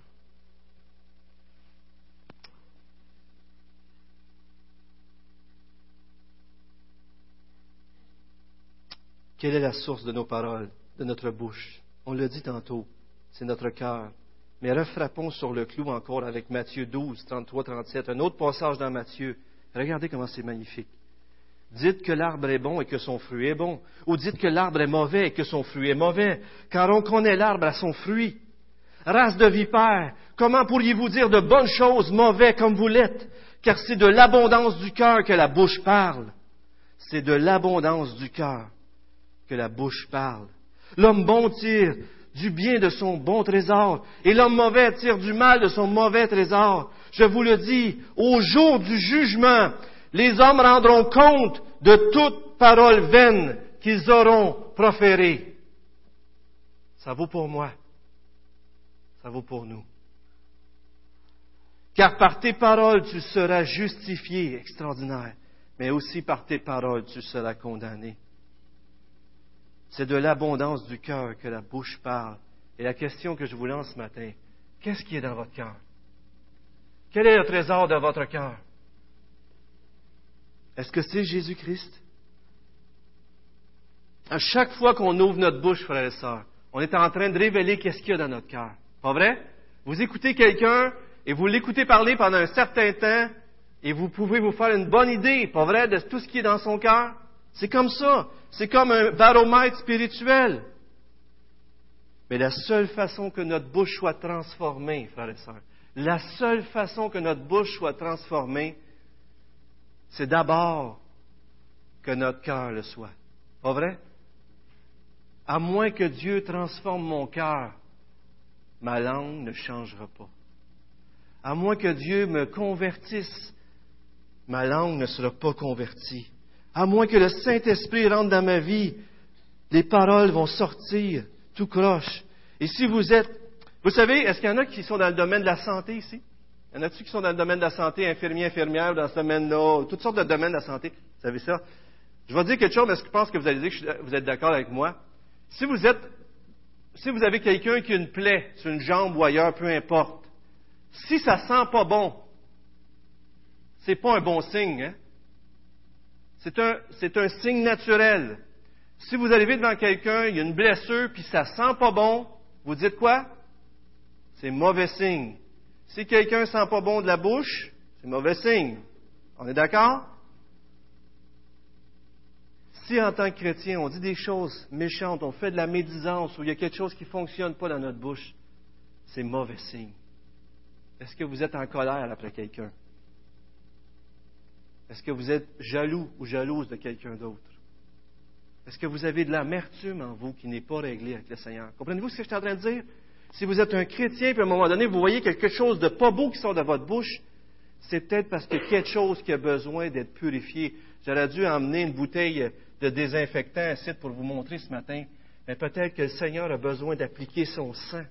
Quelle est la source de nos paroles, de notre bouche? On l'a dit tantôt, c'est notre cœur. Mais refrappons sur le clou encore avec Matthieu 12, 33, 37, un autre passage dans Matthieu. Regardez comment c'est magnifique. Dites que l'arbre est bon et que son fruit est bon. Ou dites que l'arbre est mauvais et que son fruit est mauvais. Car on connaît l'arbre à son fruit. Race de vipères, comment pourriez-vous dire de bonnes choses mauvais comme vous l'êtes? Car c'est de l'abondance du cœur que la bouche parle. C'est de l'abondance du cœur que la bouche parle. L'homme bon tire du bien de son bon trésor, et l'homme mauvais tire du mal de son mauvais trésor. Je vous le dis, au jour du jugement, les hommes rendront compte de toute parole vaine qu'ils auront proférée. Ça vaut pour moi. Ça vaut pour nous. Car par tes paroles, tu seras justifié, extraordinaire, mais aussi par tes paroles, tu seras condamné. C'est de l'abondance du cœur que la bouche parle. Et la question que je vous lance ce matin, qu'est-ce qui est dans votre cœur? Quel est le trésor de votre cœur? Est-ce que c'est Jésus-Christ? À chaque fois qu'on ouvre notre bouche, frères et sœurs, on est en train de révéler qu'est-ce qu'il y a dans notre cœur. Pas vrai? Vous écoutez quelqu'un et vous l'écoutez parler pendant un certain temps et vous pouvez vous faire une bonne idée, pas vrai, de tout ce qui est dans son cœur? C'est comme ça. C'est comme un baromètre spirituel. Mais la seule façon que notre bouche soit transformée, frères et sœurs, la seule façon que notre bouche soit transformée, c'est d'abord que notre cœur le soit. Pas vrai? À moins que Dieu transforme mon cœur, ma langue ne changera pas. À moins que Dieu me convertisse, ma langue ne sera pas convertie. À moins que le Saint-Esprit rentre dans ma vie, les paroles vont sortir tout croche. Et si vous savez, est-ce qu'il y en a qui sont dans le domaine de la santé ici? Il y en a-t-il qui sont dans le domaine de la santé, infirmiers, infirmières, dans ce domaine-là, toutes sortes de domaines de la santé? Vous savez ça? Je vais dire quelque chose, mais je pense que vous allez dire que vous êtes d'accord avec moi. Si vous avez quelqu'un qui a une plaie sur une jambe ou ailleurs, peu importe, si ça sent pas bon, c'est pas un bon signe, hein? C'est un signe naturel. Si vous arrivez devant quelqu'un, il y a une blessure, puis ça sent pas bon, vous dites quoi? C'est mauvais signe. Si quelqu'un sent pas bon de la bouche, c'est mauvais signe. On est d'accord? Si en tant que chrétien, on dit des choses méchantes, on fait de la médisance, ou il y a quelque chose qui ne fonctionne pas dans notre bouche, c'est mauvais signe. Est-ce que vous êtes en colère après quelqu'un? Est-ce que vous êtes jaloux ou jalouse de quelqu'un d'autre? Est-ce que vous avez de l'amertume en vous qui n'est pas réglée avec le Seigneur? Comprenez-vous ce que je suis en train de dire? Si vous êtes un chrétien, puis à un moment donné, vous voyez quelque chose de pas beau qui sort de votre bouche, c'est peut-être parce qu'il y a quelque chose qui a besoin d'être purifié. J'aurais dû emmener une bouteille de désinfectant ici pour vous montrer ce matin. Mais peut-être que le Seigneur a besoin d'appliquer son sang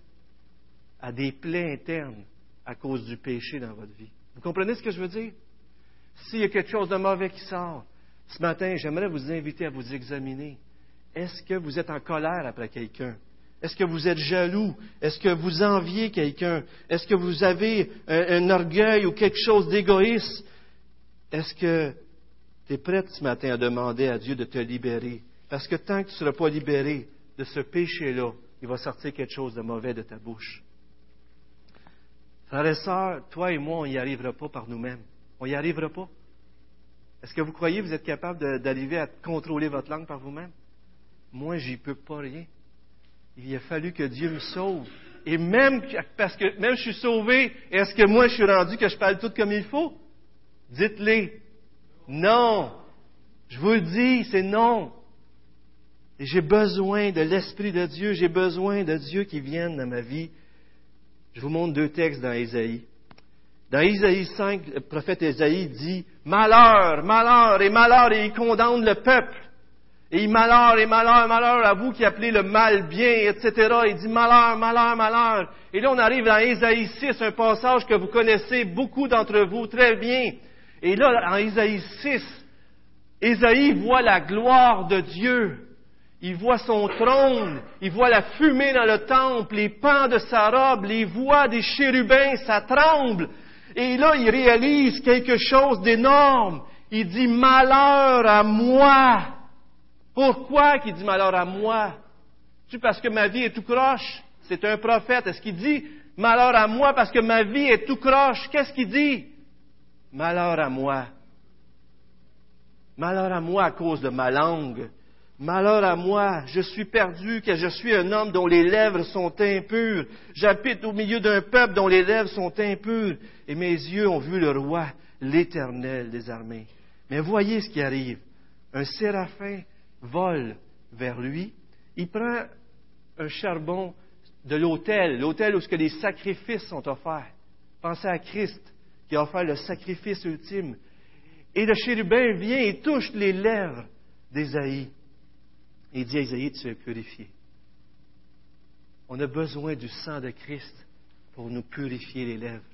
à des plaies internes à cause du péché dans votre vie. Vous comprenez ce que je veux dire? S'il y a quelque chose de mauvais qui sort, ce matin, j'aimerais vous inviter à vous examiner. Est-ce que vous êtes en colère après quelqu'un? Est-ce que vous êtes jaloux? Est-ce que vous enviez quelqu'un? Est-ce que vous avez un orgueil ou quelque chose d'égoïste? Est-ce que tu es prête ce matin à demander à Dieu de te libérer? Parce que tant que tu ne seras pas libéré de ce péché-là, il va sortir quelque chose de mauvais de ta bouche. Frères et sœurs, toi et moi, on n'y arrivera pas par nous-mêmes. On n'y arrivera pas. Est-ce que vous croyez que vous êtes capable d'arriver à contrôler votre langue par vous-même? Moi, j'y peux pas rien. Il a fallu que Dieu me sauve. Et parce que même je suis sauvé, est-ce que moi je suis rendu que je parle tout comme il faut? Dites-les. Non. Je vous le dis, c'est non. Et j'ai besoin de l'Esprit de Dieu. J'ai besoin de Dieu qui vienne dans ma vie. Je vous montre 2 textes dans Ésaïe. Dans Ésaïe 5, le prophète Ésaïe dit « Malheur, malheur et malheur » et il condamne le peuple. Et malheur et malheur, malheur à vous qui appelez le mal bien, etc. Il dit malheur, malheur, malheur. Et là, on arrive dans Ésaïe 6, un passage que vous connaissez beaucoup d'entre vous très bien. Et là, en Ésaïe 6, Ésaïe voit la gloire de Dieu. Il voit son trône, il voit la fumée dans le temple, les pans de sa robe, les voix des chérubins, ça tremble. Et là, il réalise quelque chose d'énorme. Il dit malheur à moi. Pourquoi qu'il dit malheur à moi? C'est parce que ma vie est tout croche? C'est un prophète. Est-ce qu'il dit malheur à moi parce que ma vie est tout croche? Qu'est-ce qu'il dit? Malheur à moi. Malheur à moi à cause de ma langue. Malheur à moi, je suis perdu, car je suis un homme dont les lèvres sont impures. J'habite au milieu d'un peuple dont les lèvres sont impures. Et mes yeux ont vu le roi, l'Éternel des armées. Mais voyez ce qui arrive. Un séraphin vole vers lui. Il prend un charbon de l'autel où les sacrifices sont offerts. Pensez à Christ qui a offert le sacrifice ultime. Et le chérubin vient et touche les lèvres d'Ésaïe. Et il dit à Ésaïe, tu es purifié. On a besoin du sang de Christ pour nous purifier les lèvres.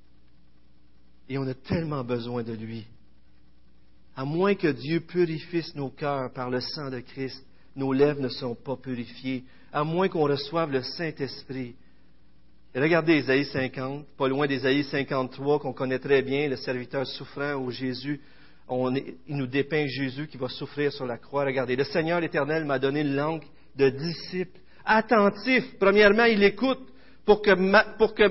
Et on a tellement besoin de lui. À moins que Dieu purifie nos cœurs par le sang de Christ, nos lèvres ne sont pas purifiées. À moins qu'on reçoive le Saint-Esprit. Et regardez Ésaïe 50, pas loin d'Ésaïe 53, qu'on connaît très bien, le serviteur souffrant où Jésus, il nous dépeint Jésus qui va souffrir sur la croix. Regardez, le Seigneur l'Éternel m'a donné une langue de disciple, attentif. Premièrement, il écoute pour que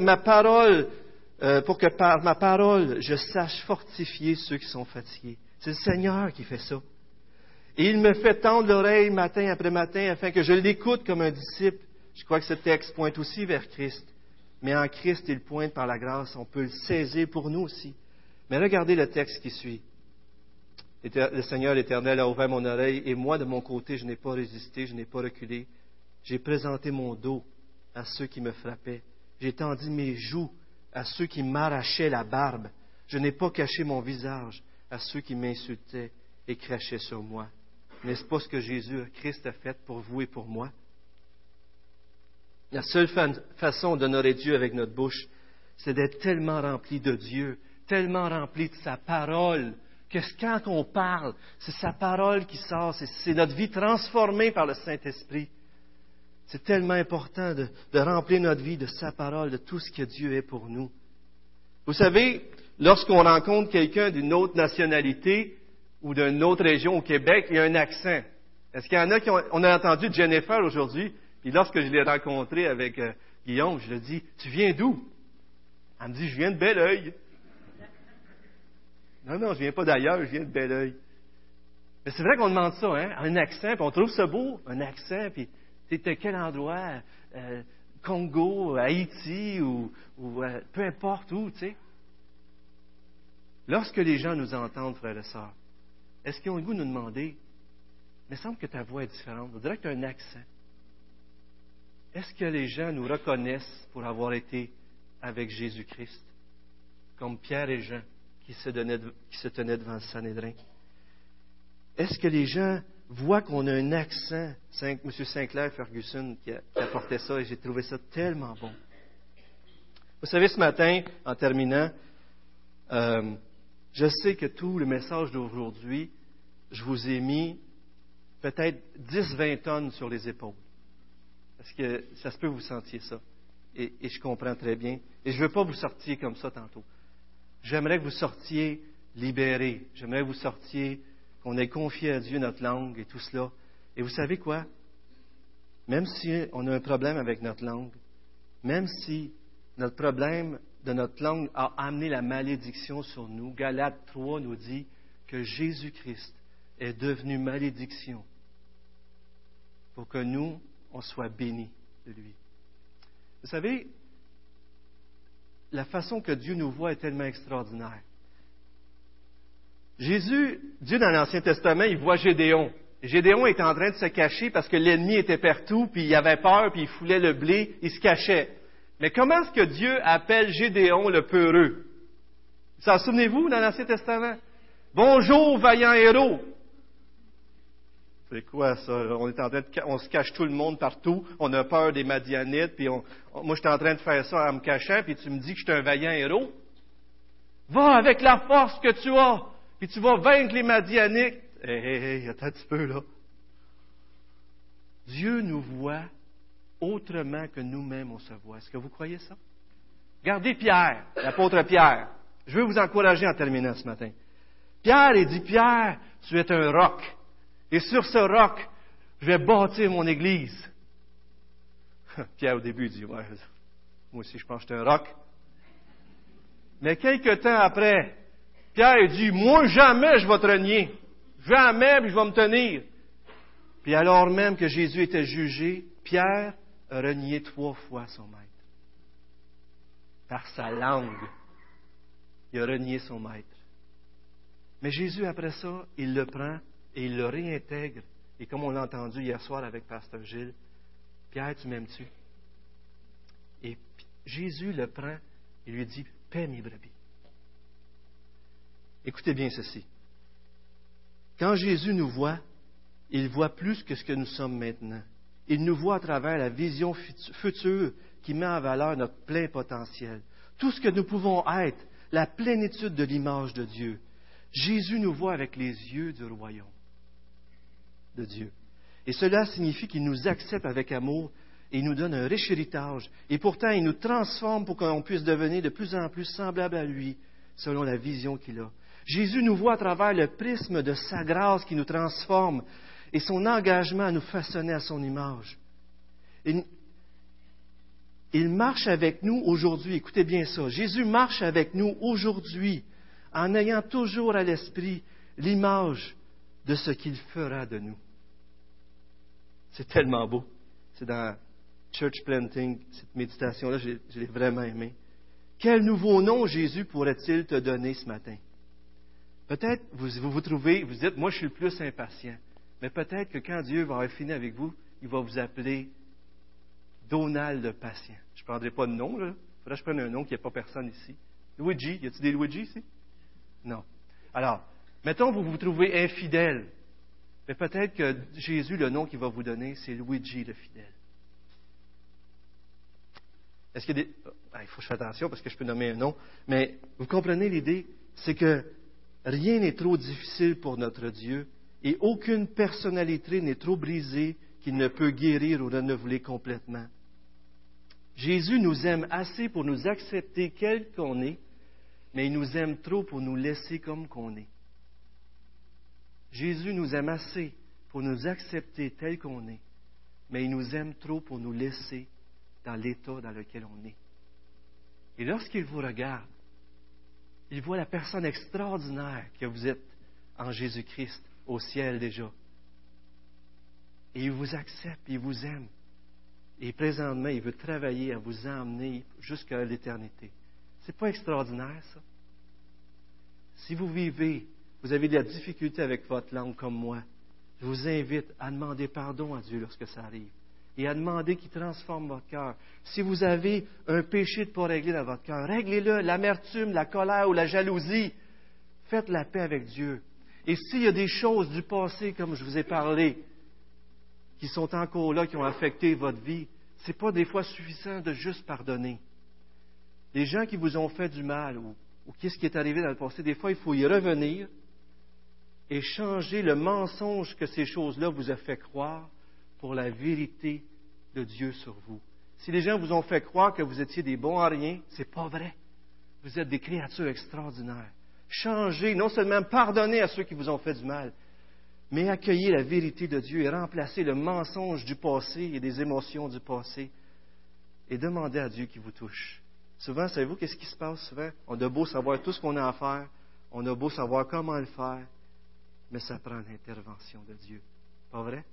par ma parole, je sache fortifier ceux qui sont fatigués. C'est le Seigneur qui fait ça. Et il me fait tendre l'oreille matin après matin afin que je l'écoute comme un disciple. Je crois que ce texte pointe aussi vers Christ. Mais en Christ, il pointe par la grâce. On peut le saisir pour nous aussi. Mais regardez le texte qui suit. Le Seigneur l'Éternel a ouvert mon oreille et moi, de mon côté, je n'ai pas résisté, je n'ai pas reculé. J'ai présenté mon dos à ceux qui me frappaient. J'ai tendu mes joues à ceux qui m'arrachaient la barbe. Je n'ai pas caché mon visage à ceux qui m'insultaient et crachaient sur moi. N'est-ce pas ce que Jésus-Christ a fait pour vous et pour moi? La seule façon d'honorer Dieu avec notre bouche, c'est d'être tellement rempli de Dieu, tellement rempli de sa parole, que quand on parle, c'est sa parole qui sort, c'est notre vie transformée par le Saint-Esprit. C'est tellement important de remplir notre vie de sa parole, de tout ce que Dieu est pour nous. Vous savez, lorsqu'on rencontre quelqu'un d'une autre nationalité ou d'une autre région au Québec, il y a un accent. Est-ce qu'il y en a on a entendu Jennifer aujourd'hui, puis lorsque je l'ai rencontrée avec Guillaume, je lui ai dit, « Tu viens d'où? » Elle me dit, « Je viens de Belleuil. » Non, je viens pas d'ailleurs, je viens de Belleuil. Mais c'est vrai qu'on demande ça, hein, un accent, puis on trouve ça beau, un accent, puis t'es à quel endroit? Congo, Haïti, ou peu importe où, tu sais. Lorsque les gens nous entendent, frères et sœurs, est-ce qu'ils ont le goût de nous demander, il me semble que ta voix est différente, on dirait que tu as un accent. Est-ce que les gens nous reconnaissent pour avoir été avec Jésus-Christ, comme Pierre et Jean, qui se tenaient devant le Sanhédrin? Est-ce que les gens voient qu'on a un accent? M. Sinclair Ferguson qui apportait ça, et j'ai trouvé ça tellement bon. Vous savez, ce matin, en terminant, je sais que tout le message d'aujourd'hui, je vous ai mis peut-être 10-20 tonnes sur les épaules. Parce que ça se peut que vous sentiez ça. Et je comprends très bien. Et je ne veux pas vous sortir comme ça tantôt. J'aimerais que vous sortiez libérés. J'aimerais que vous sortiez, qu'on ait confié à Dieu notre langue et tout cela. Et vous savez quoi? Même si on a un problème avec notre langue, même si notre problème de notre langue a amené la malédiction sur nous, Galates 3 nous dit que Jésus-Christ est devenu malédiction pour que nous, on soit bénis de lui. Vous savez, la façon que Dieu nous voit est tellement extraordinaire. Dieu dans l'Ancien Testament, il voit Gédéon. Gédéon était en train de se cacher parce que l'ennemi était partout, puis il avait peur, puis il foulait le blé, il se cachait. Mais comment est-ce que Dieu appelle Gédéon le peureux? Vous en souvenez-vous dans l'Ancien Testament? Bonjour, vaillant héros! C'est quoi ça? On se cache tout le monde partout, on a peur des Madianites, puis moi je suis en train de faire ça en me cachant, puis tu me dis que je suis un vaillant héros? Va avec la force que tu as, puis tu vas vaincre les Madianites. Hey, attends un petit peu là. Dieu nous voit autrement que nous-mêmes on se voit. Est-ce que vous croyez ça? Regardez Pierre, l'apôtre Pierre. Je veux vous encourager en terminant ce matin. Pierre, il dit, Pierre, tu es un roc. Et sur ce roc, je vais bâtir mon église. Pierre, au début, il dit, ouais, moi aussi, je pense que je suis un roc. Mais quelque temps après, Pierre dit, moi, jamais je vais te renier. Jamais, puis je vais me tenir. Puis alors même que Jésus était jugé, Pierre a renié 3 fois son maître. Par sa langue, il a renié son maître. Mais Jésus, après ça, il le prend et il le réintègre. Et comme on l'a entendu hier soir avec Pasteur Gilles, Pierre, tu m'aimes-tu? Et Jésus le prend et lui dit, paie mes brebis. Écoutez bien ceci. Quand Jésus nous voit, il voit plus que ce que nous sommes maintenant. Il nous voit à travers la vision future qui met en valeur notre plein potentiel. Tout ce que nous pouvons être, la plénitude de l'image de Dieu. Jésus nous voit avec les yeux du royaume de Dieu. Et cela signifie qu'il nous accepte avec amour et il nous donne un riche héritage. Et pourtant, il nous transforme pour qu'on puisse devenir de plus en plus semblable à lui, selon la vision qu'il a. Jésus nous voit à travers le prisme de sa grâce qui nous transforme et son engagement à nous façonner à son image. Il marche avec nous aujourd'hui. Écoutez bien ça. Jésus marche avec nous aujourd'hui en ayant toujours à l'esprit l'image de ce qu'il fera de nous. C'est tellement beau. C'est dans Church Planting, cette méditation-là, je l'ai vraiment aimée. Quel nouveau nom Jésus pourrait-il te donner ce matin? Peut-être vous trouvez, vous dites, moi je suis le plus impatient. Mais peut-être que quand Dieu va avoir fini avec vous, il va vous appeler Donald le patient. Je ne prendrai pas de nom, là. Il faudrait que je prenne un nom qui n'y ait pas personne ici. Luigi, y a-t-il des Luigi ici? Non. Alors, mettons vous vous trouvez infidèle. Mais peut-être que Jésus, le nom qu'il va vous donner, c'est Luigi le fidèle. Est-ce qu'il y a des... il faut que je fasse attention parce que je peux nommer un nom. Mais vous comprenez l'idée? C'est que rien n'est trop difficile pour notre Dieu et aucune personnalité n'est trop brisée qu'il ne peut guérir ou renouveler complètement. Jésus nous aime assez pour nous accepter tel qu'on est, mais il nous aime trop pour nous laisser comme qu'on est. Jésus nous aime assez pour nous accepter tel qu'on est, mais il nous aime trop pour nous laisser dans l'état dans lequel on est. Et lorsqu'il vous regarde, il voit la personne extraordinaire que vous êtes en Jésus-Christ, au ciel déjà. Et il vous accepte, il vous aime. Et présentement, il veut travailler à vous emmener jusqu'à l'éternité. C'est pas extraordinaire, ça? Si vous vivez, vous avez de la difficulté avec votre langue comme moi, je vous invite à demander pardon à Dieu lorsque ça arrive. Et à demander qu'il transforme votre cœur. Si vous avez un péché de ne pas régler dans votre cœur, réglez-le, l'amertume, la colère ou la jalousie. Faites la paix avec Dieu. Et s'il y a des choses du passé, comme je vous ai parlé, qui sont encore là, qui ont affecté votre vie, ce n'est pas des fois suffisant de juste pardonner. Les gens qui vous ont fait du mal, ou qu'est-ce qui est arrivé dans le passé, des fois, il faut y revenir et changer le mensonge que ces choses-là vous ont fait croire pour la vérité de Dieu sur vous. Si les gens vous ont fait croire que vous étiez des bons à rien, c'est pas vrai. Vous êtes des créatures extraordinaires. Changez, non seulement pardonnez à ceux qui vous ont fait du mal, mais accueillez la vérité de Dieu et remplacez le mensonge du passé et des émotions du passé et demandez à Dieu qu'il vous touche. Souvent, savez-vous qu'est-ce qui se passe souvent? On a beau savoir tout ce qu'on a à faire, on a beau savoir comment le faire, mais ça prend l'intervention de Dieu. Pas vrai?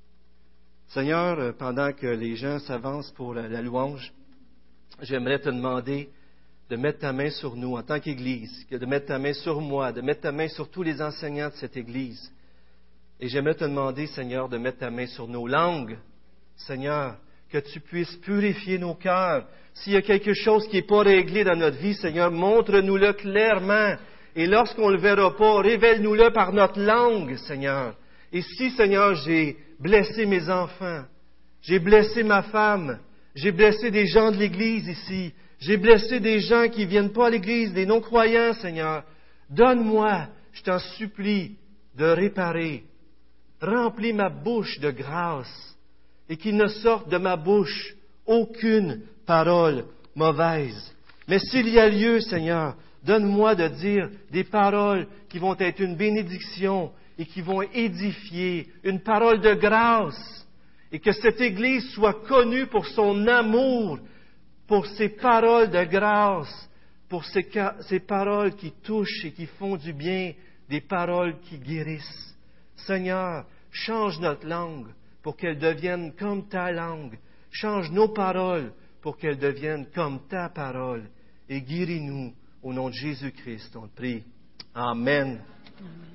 Seigneur, pendant que les gens s'avancent pour la louange, j'aimerais te demander de mettre ta main sur nous en tant qu'Église, de mettre ta main sur moi, de mettre ta main sur tous les enseignants de cette Église. Et j'aimerais te demander, Seigneur, de mettre ta main sur nos langues. Seigneur, que tu puisses purifier nos cœurs. S'il y a quelque chose qui n'est pas réglé dans notre vie, Seigneur, montre-nous-le clairement. Et lorsqu'on ne le verra pas, révèle-nous-le par notre langue, Seigneur. Et si, Seigneur, j'ai blessé mes enfants, j'ai blessé ma femme, j'ai blessé des gens de l'Église ici, j'ai blessé des gens qui ne viennent pas à l'Église, des non-croyants, Seigneur, donne-moi, je t'en supplie, de réparer. Remplis ma bouche de grâce et qu'il ne sorte de ma bouche aucune parole mauvaise. Mais s'il y a lieu, Seigneur, donne-moi de dire des paroles qui vont être une bénédiction et qui vont édifier, une parole de grâce, et que cette Église soit connue pour son amour, pour ses paroles de grâce, pour ces paroles qui touchent et qui font du bien, des paroles qui guérissent. Seigneur, change notre langue pour qu'elle devienne comme ta langue. Change nos paroles pour qu'elles deviennent comme ta parole. Et guéris-nous au nom de Jésus-Christ, on te prie. Amen. Amen.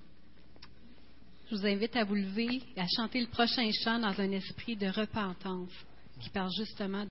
Je vous invite à vous lever et à chanter le prochain chant dans un esprit de repentance qui parle justement